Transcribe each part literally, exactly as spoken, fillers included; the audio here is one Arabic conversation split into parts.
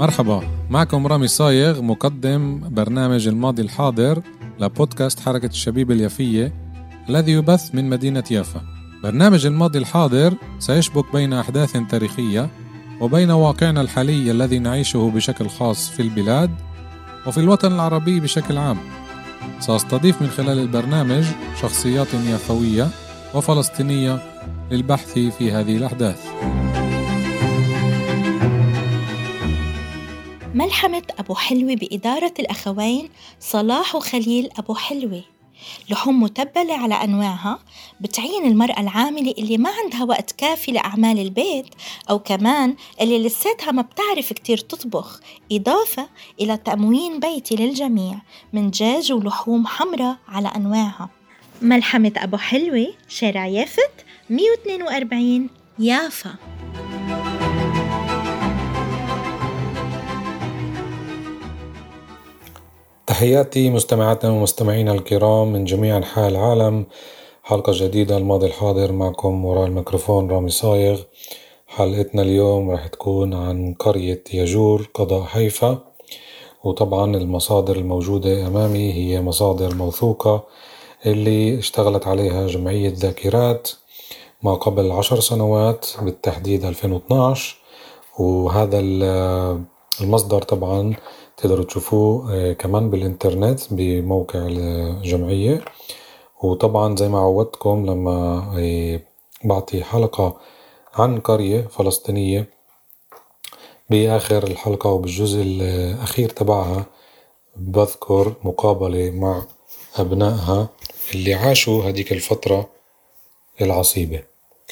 مرحبا، معكم رامي صايغ مقدم برنامج الماضي الحاضر لبودكاست حركة الشبيب اليافية الذي يبث من مدينة يافا. برنامج الماضي الحاضر سيشبك بين أحداث تاريخية وبين واقعنا الحالي الذي نعيشه بشكل خاص في البلاد وفي الوطن العربي بشكل عام. سأستضيف من خلال البرنامج شخصيات يافوية وفلسطينية للبحث في هذه الأحداث. ملحمة أبو حلوة بإدارة الأخوين صلاح وخليل أبو حلوة، لحوم متبلة على أنواعها بتعين المرأة العاملة اللي ما عندها وقت كافي لأعمال البيت، أو كمان اللي لساتها ما بتعرف كتير تطبخ، إضافة إلى تموين بيتي للجميع من دجاج ولحوم حمراء على أنواعها. ملحمة أبو حلوة، شارع يافت مية واثنين وأربعين، يافا. تحياتي مستمعاتنا ومستمعينا الكرام من جميع أنحاء العالم. حلقة جديدة الماضي الحاضر، معكم وراء الميكروفون رامي صايغ. حلقتنا اليوم راح تكون عن قرية ياجور قضاء حيفا، وطبعا المصادر الموجودة أمامي هي مصادر موثوقة اللي اشتغلت عليها جمعية ذاكرات ما قبل عشر سنوات، بالتحديد ألفين واثناشر. وهذا المصدر طبعا تقدروا تشوفوه كمان بالإنترنت بموقع الجمعية. وطبعا زي ما عودتكم لما بعطي حلقة عن قرية فلسطينية بآخر الحلقة وبالجزء الأخير تبعها بذكر مقابلة مع أبنائها اللي عاشوا هذيك الفترة العصيبة.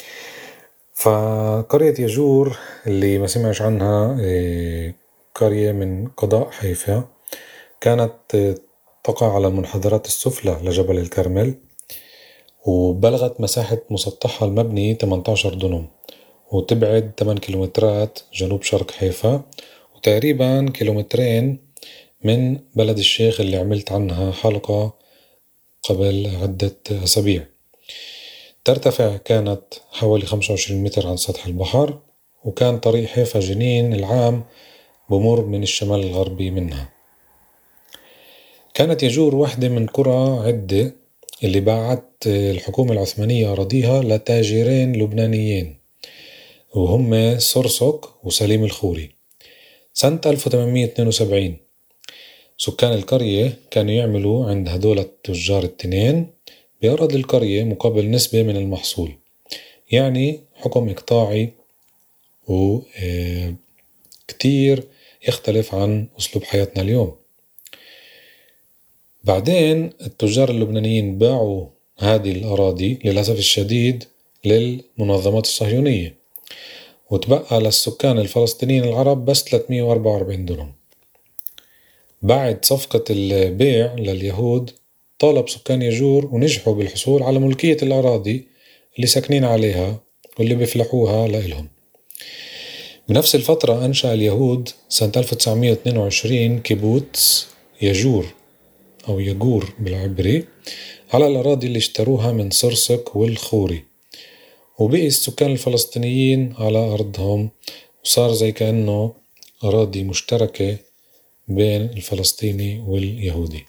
فقرية ياجور اللي ما سمعش عنها قرية من قضاء حيفا، كانت تقع على المنحدرات السفلى لجبل الكرمل، وبلغت مساحة مسطحها المبني ثمانية عشر دنم، وتبعد ثمانية كيلومترات جنوب شرق حيفا، وتقريبا كيلومترين من بلد الشيخ اللي عملت عنها حلقة قبل عدة أسابيع. ترتفع كانت حوالي خمسة وعشرين متر عن سطح البحر، وكان طريق حيفا جنين العام بمر من الشمال الغربي منها. كانت ياجور واحدة من قرى عدة اللي باعت الحكومة العثمانية أراضيها لتاجرين لبنانيين، وهم صرصق وسليم الخوري سنة ألف وثمانمية واثنين وسبعين. سكان القرية كانوا يعملوا عند هدول التجار التنين بأراضي القرية مقابل نسبة من المحصول، يعني حكم إقطاعي وكتير يختلف عن أسلوب حياتنا اليوم. بعدين التجار اللبنانيين باعوا هذه الأراضي للأسف الشديد للمنظمات الصهيونية، وتبقى للسكان الفلسطينيين العرب بس ثلاثمية وأربعة وأربعين دنم. بعد صفقة البيع لليهود طالب سكان ياجور ونجحوا بالحصول على ملكية الأراضي اللي ساكنين عليها واللي بيفلحوها لإلهم. بنفس الفترة أنشأ اليهود سنة ألف وتسعمية واثنين وعشرين كيبوتس ياجور أو ياجور بالعبري على الأراضي اللي اشتروها من صرصق والخوري، وبقي السكان الفلسطينيين على أرضهم، وصار زي كأنه أراضي مشتركة بين الفلسطيني واليهودي.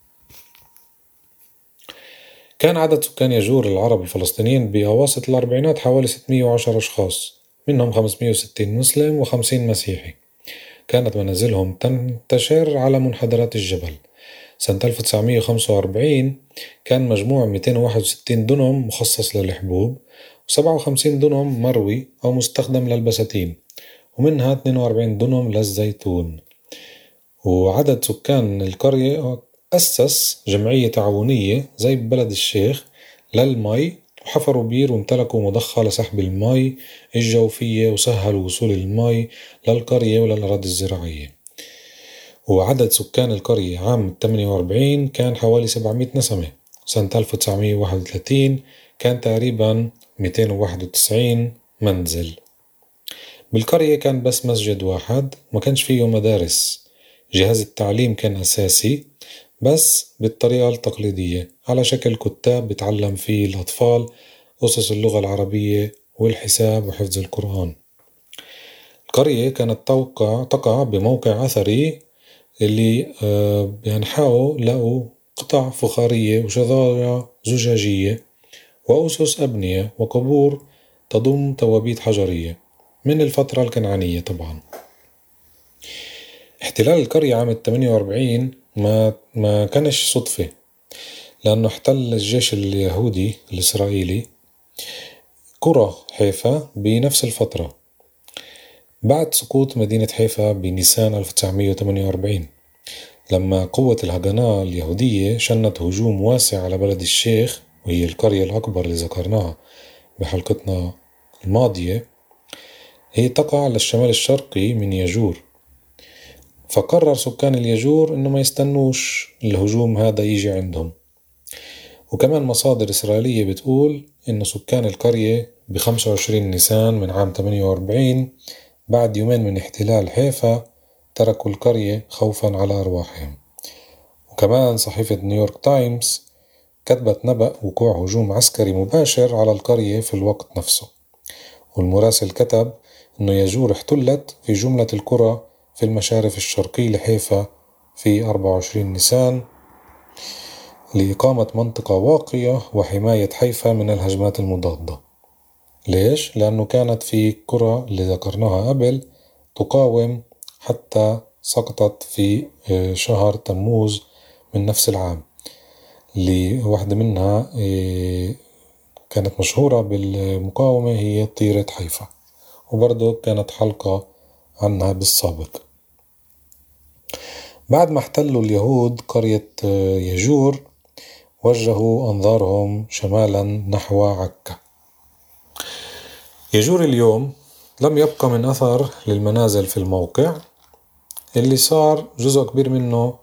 كان عدد سكان ياجور العرب الفلسطينيين بأواسط الأربعينات حوالي ستمية وعشرة أشخاص، منهم خمسمية وستين مسلم وخمسين مسيحي. كانت منازلهم تنتشر على منحدرات الجبل. سنة ألف وتسعمية وخمسة وأربعين كان مجموع مئتين وواحد وستين دنم مخصص للحبوب، وسبعة وخمسين دنم مروي أو مستخدم للبساتين، ومنها اثنين وأربعين دنم للزيتون. وعدد سكان القرية أسس جمعية تعاونية زي ببلد الشيخ للمي، وحفروا بير وامتلكوا مضخة لسحب المي الجوفية، وسهلوا وصول المي للقرية وللأراضي الزراعية. وعدد سكان القرية عام ثمانية وأربعين كان حوالي سبعمية نسمة. سنة ألف وتسعمية وواحد وثلاثين كان تقريبا مئتين وواحد وتسعين منزل. بالقرية كان بس مسجد واحد، ما كانش فيه مدارس. جهاز التعليم كان أساسي بس بالطريقة التقليدية، على شكل كتاب بتعلم فيه الأطفال أسس اللغة العربية والحساب وحفظ القرآن. القرية كانت توقع تقع بموقع أثري اللي بينحاو لقوا قطع فخارية وشظايا زجاجية وأسس أبنية وقبور تضم توابيت حجرية من الفترة الكنعانية. طبعا احتلال القرية عام ثمانية وأربعين ما ما كانش صدفة، لأنه احتل الجيش اليهودي الإسرائيلي قرى حيفا بنفس الفترة بعد سقوط مدينة حيفا بنيسان ألف وتسعمية وثمانية وأربعين، لما قوة الهجناء اليهودية شنت هجوم واسع على بلد الشيخ، وهي القرية الأكبر اللي ذكرناها بحلقتنا الماضية. هي تقع للشمال الشرقي من ياجور، فقرر سكان الياجور إنه ما يستنوش الهجوم هذا يجي عندهم. وكمان مصادر إسرائيلية بتقول إنه سكان القرية بخمسة وعشرين نيسان من عام ثمانية وأربعين بعد يومين من احتلال حيفا تركوا القرية خوفا على أرواحهم. وكمان صحيفة نيويورك تايمز كتبت نبأ وقوع هجوم عسكري مباشر على القرية في الوقت نفسه، والمراسل كتب إنه ياجور احتلت في جملة القرى في المشارف الشرقي لحيفا في أربعة وعشرين نيسان لإقامة منطقة واقية وحماية حيفا من الهجمات المضادة. ليش؟ لأنه كانت في قرى اللي ذكرناها قبل تقاوم حتى سقطت في شهر تموز من نفس العام، اللي واحدة منها كانت مشهورة بالمقاومة هي طيرة حيفا، وبرضو كانت حلقة عنها بالسابق. بعد ما احتلوا اليهود قرية ياجور وجهوا أنظارهم شمالا نحو عكا. ياجور اليوم لم يبقى من أثر للمنازل في الموقع، اللي صار جزء كبير منه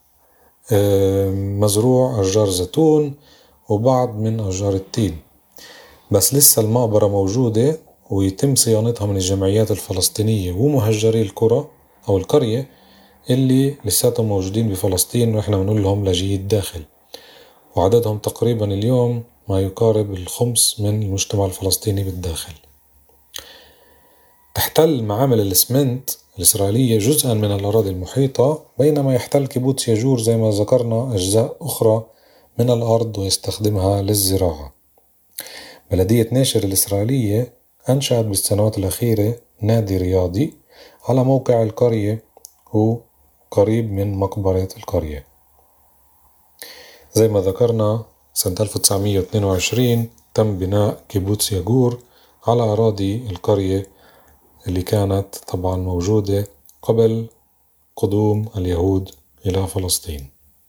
مزروع أشجار زيتون وبعض من أشجار التين، بس لسه المقبرة موجودة ويتم صيانتها من الجمعيات الفلسطينية ومهجري القرى أو القرية اللي لساتهم موجودين بفلسطين، وإحنا بنقول لهم لاجئي الداخل، وعددهم تقريبا اليوم ما يقارب الخمس من المجتمع الفلسطيني بالداخل. تحتل معامل الإسمنت الإسرائيلية جزءا من الأراضي المحيطة، بينما يحتل كيبوتس ياجور زي ما ذكرنا أجزاء أخرى من الأرض ويستخدمها للزراعة. بلدية ناشر الإسرائيلية أنشأت بالسنوات الأخيرة نادي رياضي على موقع القرية وقريب من مقبرة القرية. زي ما ذكرنا سنة ألف وتسعمية واثنين وعشرين تم بناء كيبوتس ياجور على أراضي القرية اللي كانت طبعا موجودة قبل قدوم اليهود إلى فلسطين.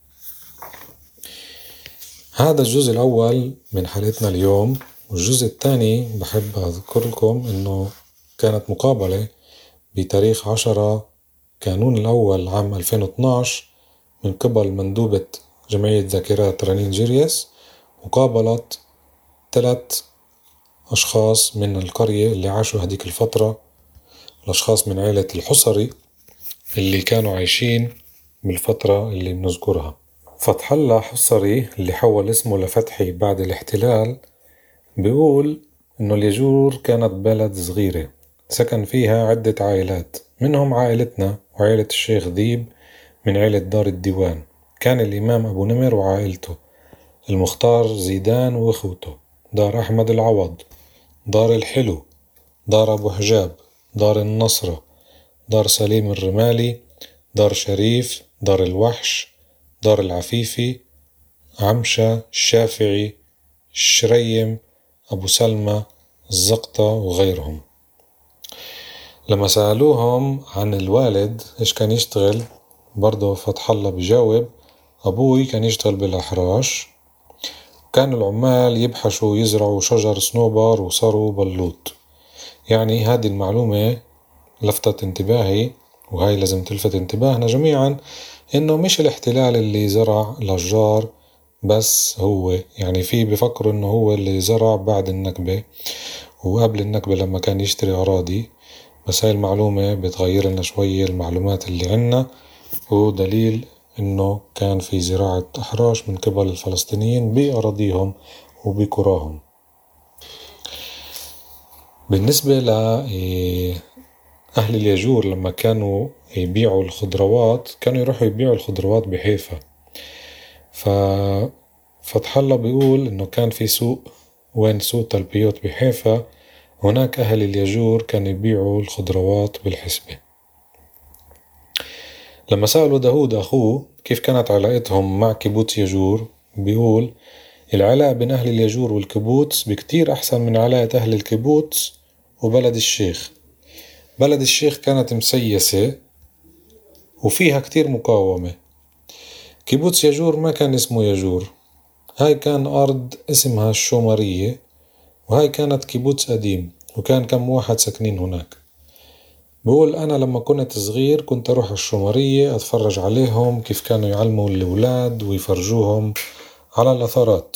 هذا الجزء الأول من حلقتنا اليوم، والجزء الثاني بحب أذكر لكم أنه كانت مقابلة بتاريخ عشرة كانون الأول عام ألفين واثناشر من قبل مندوبة جمعية ذاكرات رنين جيريس، مقابلة ثلاث أشخاص من القرية اللي عاشوا هذيك الفترة، الأشخاص من عائلة الحصري اللي كانوا عايشين بالفترة اللي بنذكرها. فتح الله حصري اللي حول اسمه لفتحي بعد الاحتلال بيقول إنه الياجور كانت بلد صغيرة سكن فيها عدة عائلات، منهم عائلتنا وعائلة الشيخ ذيب من عائلة دار الديوان، كان الإمام أبو نمر وعائلته، المختار زيدان وإخوته، دار أحمد العوض، دار الحلو، دار أبو حجاب، دار النصرة، دار سليم الرمالي، دار شريف، دار الوحش، دار العفيفي، عمشة، الشافعي، الشريم، أبو سلمى، الزقطة وغيرهم. لما سألوهم عن الوالد إيش كان يشتغل، برضو فتح الله بجاوب أبوي كان يشتغل بالأحراش، كانوا العمال يبحشوا يزرعوا شجر صنوبر وصاروا بلوط. يعني هذه المعلومة لفتت انتباهي، وهاي لازم تلفت انتباهنا جميعا، إنه مش الاحتلال اللي زرع الأشجار بس، هو يعني في بفكروا إنه هو اللي زرع بعد النكبة وقبل النكبة لما كان يشتري أراضي، بس هاي المعلومة بتغير لنا شوية المعلومات اللي عنا، ودليل إنه كان في زراعة أحراش من قبل الفلسطينيين بأراضيهم وبقراهم. بالنسبة أهل اليجور لما كانوا يبيعوا الخضروات كانوا يروحوا يبيعوا الخضروات بحيفا. ففتح الله بيقول إنه كان في سوق، وين سوق تلبيوت بحيفا، هناك أهل اليجور كانوا يبيعوا الخضروات بالحسبة. لما سألوا داود أخوه كيف كانت علاقتهم مع كيبوتس يجور، بيقول العلاقة بين أهل اليجور والكيبوتس بكتير أحسن من علاقة أهل الكيبوتس وبلد الشيخ. بلد الشيخ كانت مسيسة وفيها كتير مقاومة. كيبوتس يجور ما كان اسمه يجور، هاي كان أرض اسمها الشومرية، وهاي كانت كيبوتس قديم وكان كم واحد ساكنين هناك. بقول أنا لما كنت صغير كنت أروح الشومرية أتفرج عليهم كيف كانوا يعلموا الأولاد ويفرجوهم على الأثارات.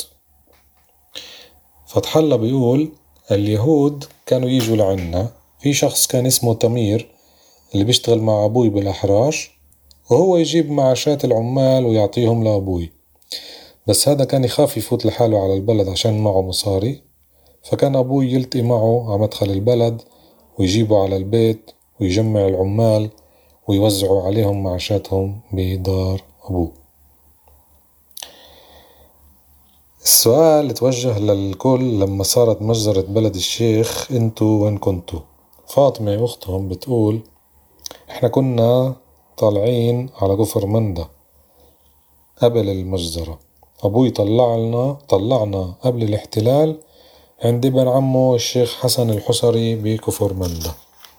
فتح الله بيقول اليهود كانوا يجوا لعنا، في شخص كان اسمه تمير اللي بيشتغل مع أبوي بالأحراش، وهو يجيب معاشات العمال ويعطيهم لأبوي، بس هذا كان يخاف يفوت لحاله على البلد عشان معه مصاري، فكان أبوي يلتقي معه على مدخل البلد ويجيبه على البيت ويجمع العمال ويوزعوا عليهم معاشاتهم بدار أبوه. السؤال توجه للكل لما صارت مجزرة بلد الشيخ، انتوا وين كنتوا؟ فاطمة أختهم بتقول احنا كنا طالعين على كفر مندة قبل المجزرة، أبوي طلعنا طلعنا قبل الاحتلال عند ابن عمه الشيخ حسن الحسري بكفر مندة.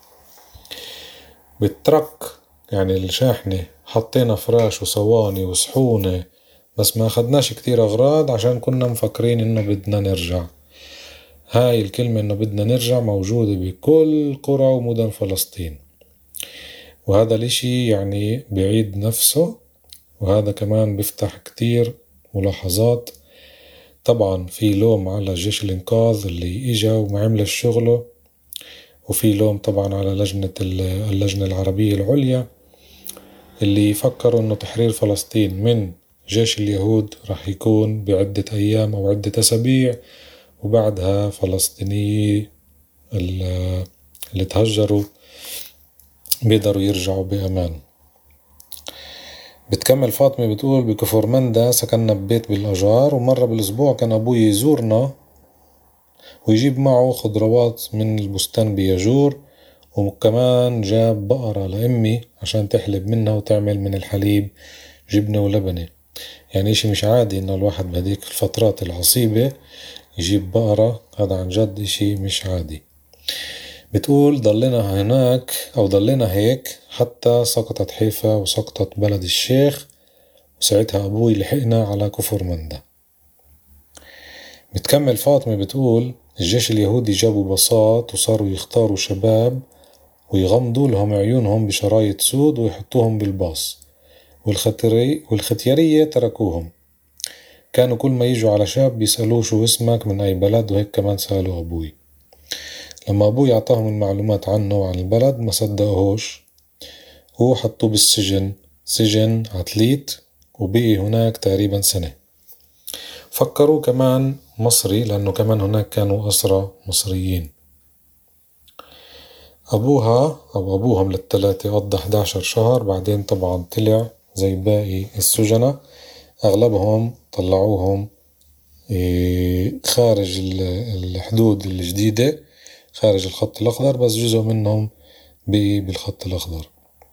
بالترك يعني الشاحنة حطينا فراش وصواني وصحونة، بس ما أخدناش كتير أغراض عشان كنا مفكرين إنه بدنا نرجع. هاي الكلمة إنه بدنا نرجع موجودة بكل قرى ومدن فلسطين، وهذا الاشي يعني بعيد نفسه، وهذا كمان بيفتح كتير ملاحظات. طبعا في لوم على جيش الإنقاذ اللي إجا وما عمل شغله، وفي لوم طبعا على لجنة اللجنة العربية العليا اللي فكروا إنه تحرير فلسطين من جيش اليهود رح يكون بعدة أيام أو عدة أسابيع، وبعدها فلسطيني اللي تهجروا بيقدروا يرجعوا بأمان. بتكمل فاطمة بتقول بكفر مندة سكننا ببيت بالأجار، ومرة بالأسبوع كان أبوي يزورنا ويجيب معه خضروات من البستان بيجور، وكمان جاب بقرة لأمي عشان تحلب منها وتعمل من الحليب جبنة ولبنة. يعني إشي مش عادي إنه الواحد بهديك الفترات العصيبة يجيب بقرة، هذا عن جد إشي مش عادي. بتقول ضلنا هناك أو ضلنا هيك حتى سقطت حيفا وسقطت بلد الشيخ، وساعتها أبوي لحقنا على كفر مندة. بتكمل فاطمة بتقول الجيش اليهودي جابوا بساط وصاروا يختاروا شباب ويغمضوا لهم عيونهم بشرايط سود ويحطوهم بالباص، والختري والختيارية تركوهم. كانوا كل ما يجوا على شاب بيسألوه شو اسمك من أي بلد، وهيك كمان سألوا أبوي. لما أبوي أعطاهم المعلومات عنه وعن البلد ما صدقوهوش، هو حطوه بالسجن، سجن عتليت، وبقي هناك تقريبا سنة. فكروا كمان مصري لأنه كمان هناك كانوا أسرى مصريين. أبوها أو أبوهم للثلاثة قضى إحدى عشر شهر، بعدين طبعا طلع زي باقي السجنة، أغلبهم طلعوهم خارج الحدود الجديدة خارج الخط الأخضر، بس جزء منهم بقي بالخط الأخضر.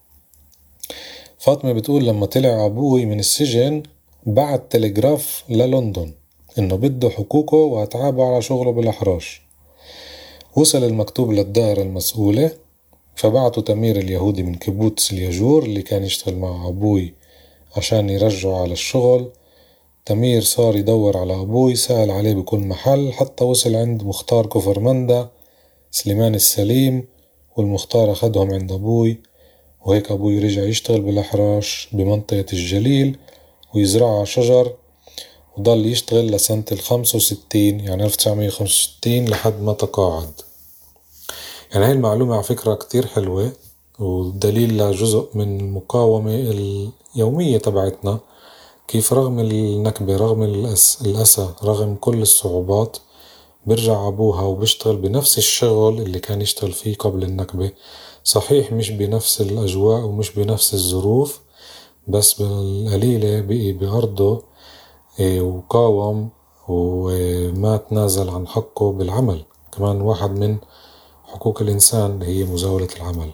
فاطمة بتقول لما طلع أبوي من السجن بعت تلغراف للندن إنه بده حقوقه وأتعابه على شغله بالأحراش. وصل المكتوب للدائرة المسؤولة، فبعتوا تمير اليهودي من كيبوتس اليجور اللي كان يشتغل مع أبوي عشان يرجعوا على الشغل. تمير صار يدور على أبوي، سأل عليه بكل محل حتى وصل عند مختار كفر مندة سليمان السليم، والمختار أخدهم عند أبوي، وهيك أبوي رجع يشتغل بالأحراش بمنطقة الجليل ويزرعها شجر، وضل يشتغل لسنة الخمسة وستين يعني ألف وتسعمية وخمسة وستين لحد ما تقاعد. يعني هاي المعلومة على فكرة كتير حلوة، ودليل لجزء من المقاومة اليومية تبعتنا، كيف رغم النكبة رغم الأس الأسى رغم كل الصعوبات برجع أبوها وبيشتغل بنفس الشغل اللي كان يشتغل فيه قبل النكبة. صحيح مش بنفس الأجواء ومش بنفس الظروف، بس بالقليلة بقي بأرضه وقاوم وما تنازل عن حقه بالعمل. كمان واحد من حقوق الإنسان هي مزاولة العمل.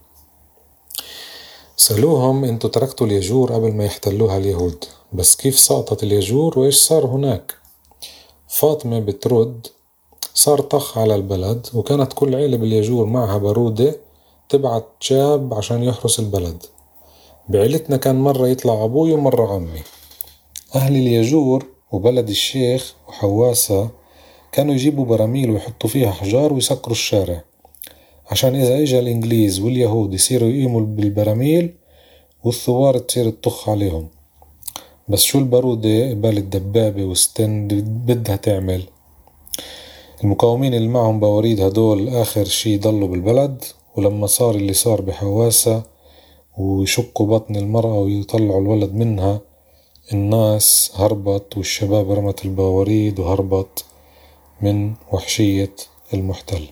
سألوهم انتوا تركتوا اليجور قبل ما يحتلوها اليهود، بس كيف سقطت اليجور وإيش صار هناك؟ فاطمة بترد صار طخ على البلد، وكانت كل عيلة باليجور معها بارودة تبعت شاب عشان يحرس البلد. بعيلتنا كان مرة يطلع أبوي ومرة عمي. أهل اليجور وبلد الشيخ وحواسة كانوا يجيبوا براميل ويحطوا فيها حجار ويسكروا الشارع، عشان إذا إجا الإنجليز واليهود يصيروا يقيموا بالبراميل والثوار تصير تطخ عليهم. بس شو البارودة قبال الدبابة والستن بدها تعمل؟ المقاومين اللي معهم بواريد هدول آخر شي ضلوا بالبلد، ولما صار اللي صار بحواسة ويشقوا بطن المرأة ويطلعوا الولد منها، الناس هربت والشباب رمت البواريد وهربت من وحشية المحتل.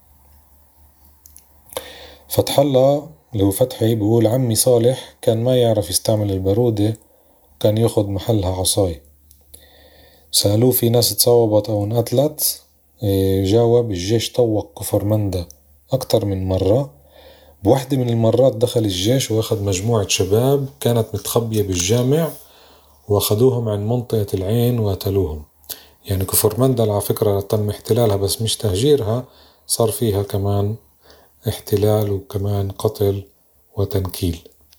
فتح الله اللي هو فتحي بيقول عمي صالح كان ما يعرف يستعمل البارودة، كان ياخد محلها عصاي. سألوه في ناس تصوبت أو انقتلت؟ جاوب الجيش طوق كفر مندى أكتر من مرة. بواحدة من المرات دخل الجيش وأخذ مجموعة شباب كانت متخبية بالجامع وأخذوهم عن منطقة العين وقتلوهم. يعني كفر مندى على فكرة تم احتلالها بس مش تهجيرها، صار فيها كمان احتلال وكمان قتل وتنكيل.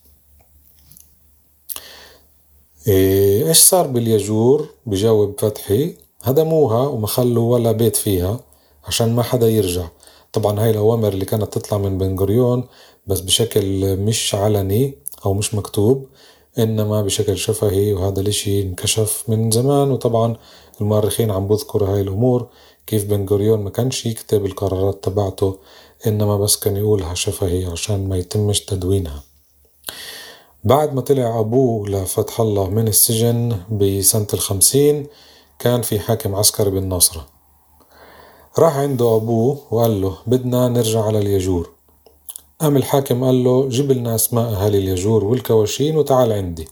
ايش صار باليجور؟ بجاوب فتحي هدموها وما خلوا ولا بيت فيها عشان ما حدا يرجع. طبعا هاي الأوامر اللي كانت تطلع من بن غوريون بس بشكل مش علني أو مش مكتوب، إنما بشكل شفهي، وهذا الاشي انكشف من زمان. وطبعا المؤرخين عم بذكر هاي الأمور كيف بن غوريون ما كانش يكتب القرارات تبعته، إنما بس كان يقولها شفهي عشان ما يتمش تدوينها. بعد ما طلع أبوه لفتح الله من السجن بسنة الخمسين كان في حاكم عسكري بالناصرة، راح عنده أبوه وقال له بدنا نرجع على اليجور. قام الحاكم قال له جيب لنا أسماء أهالي اليجور والكواشين وتعال عندي.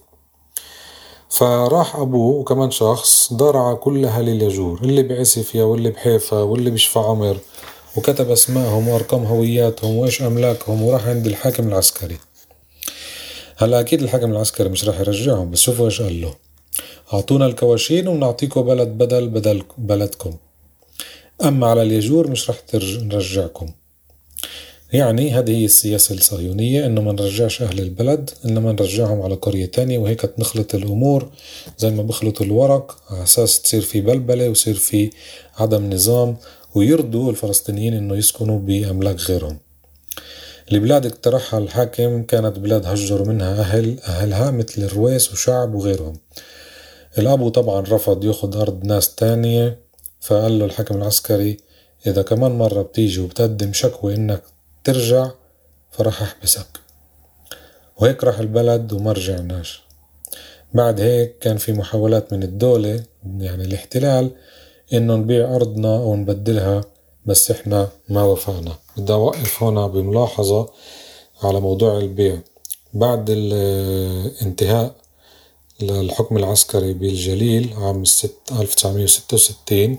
فراح أبوه وكمان شخص دار على كل أهالي اليجور اللي بعسفيا واللي بحيفا واللي بشفع عمر، وكتب أسمائهم وأرقام هوياتهم وإيش أملاكهم، وراح عند الحاكم العسكري. هلا أكيد الحاكم العسكري مش راح يرجعهم، بس شوفوا إيش قال له: أعطونا الكواشين ونعطيكم بلد بدل بدل بلدكم، أما على اليجور مش راح نرجعكم. يعني هذه هي السياسة الصهيونية، إنه ما نرجعش أهل البلد إنما نرجعهم على قرية تانية، وهيك تنخلط الأمور زي ما بخلط الورق على أساس تصير في بلبلة ويصير في عدم نظام، ويرضوا الفلسطينيين إنه يسكنوا بأملاك غيرهم. البلاد اقترحها الحاكم كانت بلاد هجروا منها أهل أهلها مثل الرويس وشعب وغيرهم. الأبو طبعا رفض ياخد أرض ناس تانية، فقال له الحاكم العسكري إذا كمان مرة بتيجي وبتقدم شكوى إنك ترجع فراح أحبسك. وهيك راح البلد وما رجعناش. بعد هيك كان في محاولات من الدولة يعني الاحتلال إنه نبيع أرضنا أو نبدلها، بس إحنا ما وفقنا. بدي أوقف هنا بملاحظة على موضوع البيع. بعد الانتهاء للحكم العسكري بالجليل عام ألف وتسعمية وستة وستين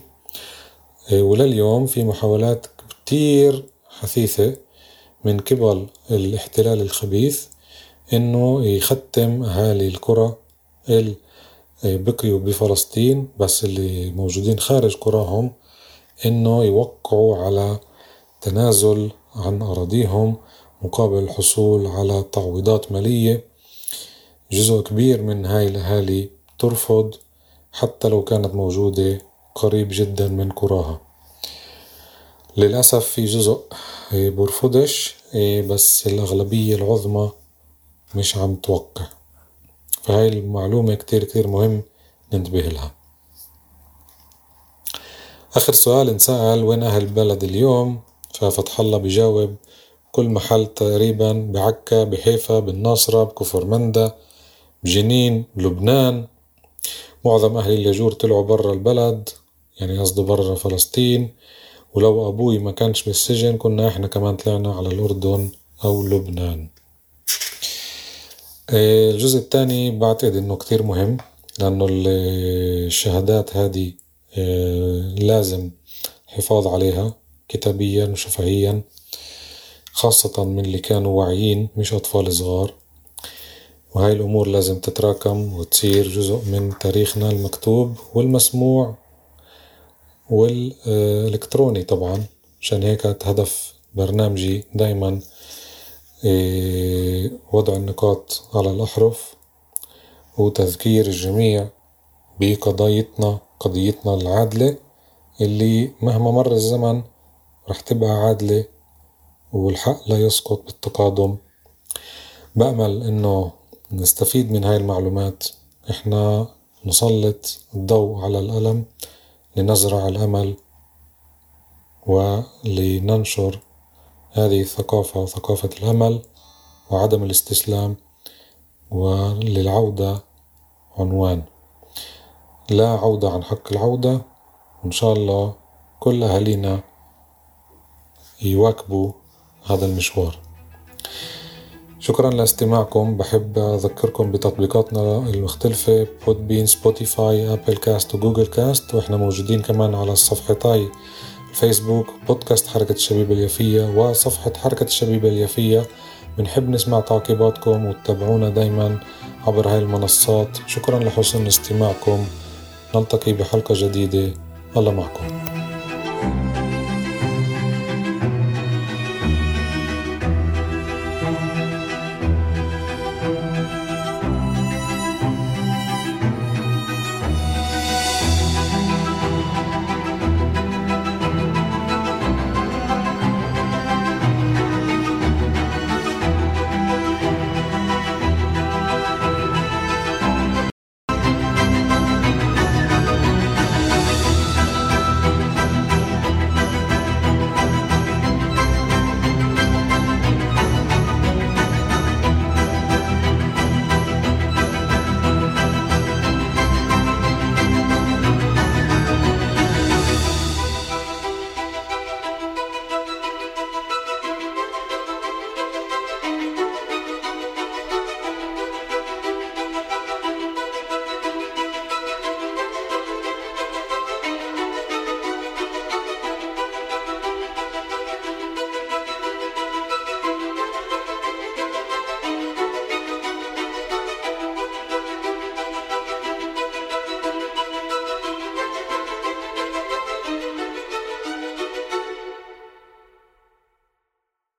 ولليوم في محاولات كتير حثيثة من قبل الاحتلال الخبيث إنه يختم أهالي القرى اللي بقيوا بفلسطين بس اللي موجودين خارج قراهم، إنه يوقعوا على تنازل عن أراضيهم مقابل الحصول على تعويضات مالية. جزء كبير من هاي الأهالي ترفض حتى لو كانت موجودة قريب جدا من قراها. للأسف في جزء برفضش، بس الأغلبية العظمى مش عم توقع. فهاي المعلومة كتير كتير مهم ننتبه لها. آخر سؤال انسأل وين أهل البلد اليوم؟ ففتح الله بيجاوب كل محل تقريبا، بعكا، بحيفا، بالناصرة، بكفر مندى، بجنين، بلبنان. معظم أهل اليجور طلعوا برا البلد، يعني قصده برا فلسطين. ولو أبوي ما كانش بالسجن كنا إحنا كمان طلعنا على الأردن أو لبنان. الجزء الثاني بعتقد إنه كتير مهم، لأنه الشهادات هذه لازم حفاظ عليها كتابيا وشفهيا، خاصة من اللي كانوا واعيين مش أطفال صغار. وهاي الأمور لازم تتراكم وتصير جزء من تاريخنا المكتوب والمسموع والإلكتروني طبعا. عشان هيك هدف برنامجي دايما وضع النقاط على الأحرف وتذكير الجميع بقضيتنا قضيتنا العادلة اللي مهما مر الزمن رح تبقى عادلة والحق لا يسقط بالتقادم. بأمل إنه نستفيد من هاي المعلومات، إحنا نسلط الضوء على الألم لنزرع الأمل ولننشر هذه الثقافة، ثقافة الأمل وعدم الاستسلام، وللعودة عنوان لا عودة عن حق العودة. وإن شاء الله كل أهالينا يواكبوا هذا المشوار. شكرا لاستماعكم. بحب أذكركم بتطبيقاتنا المختلفة بودبين، سبوتيفاي، أبل كاست وجوجل كاست، وإحنا موجودين كمان على الصفحتي فيسبوك بودكاست حركة الشبيبة اليافية وصفحة حركة الشبيبة اليافية. بنحب نسمع تعقيباتكم وتتابعونا دايما عبر هاي المنصات. شكرا لحسن استماعكم، نلتقي بحلقة جديدة. الله معكم.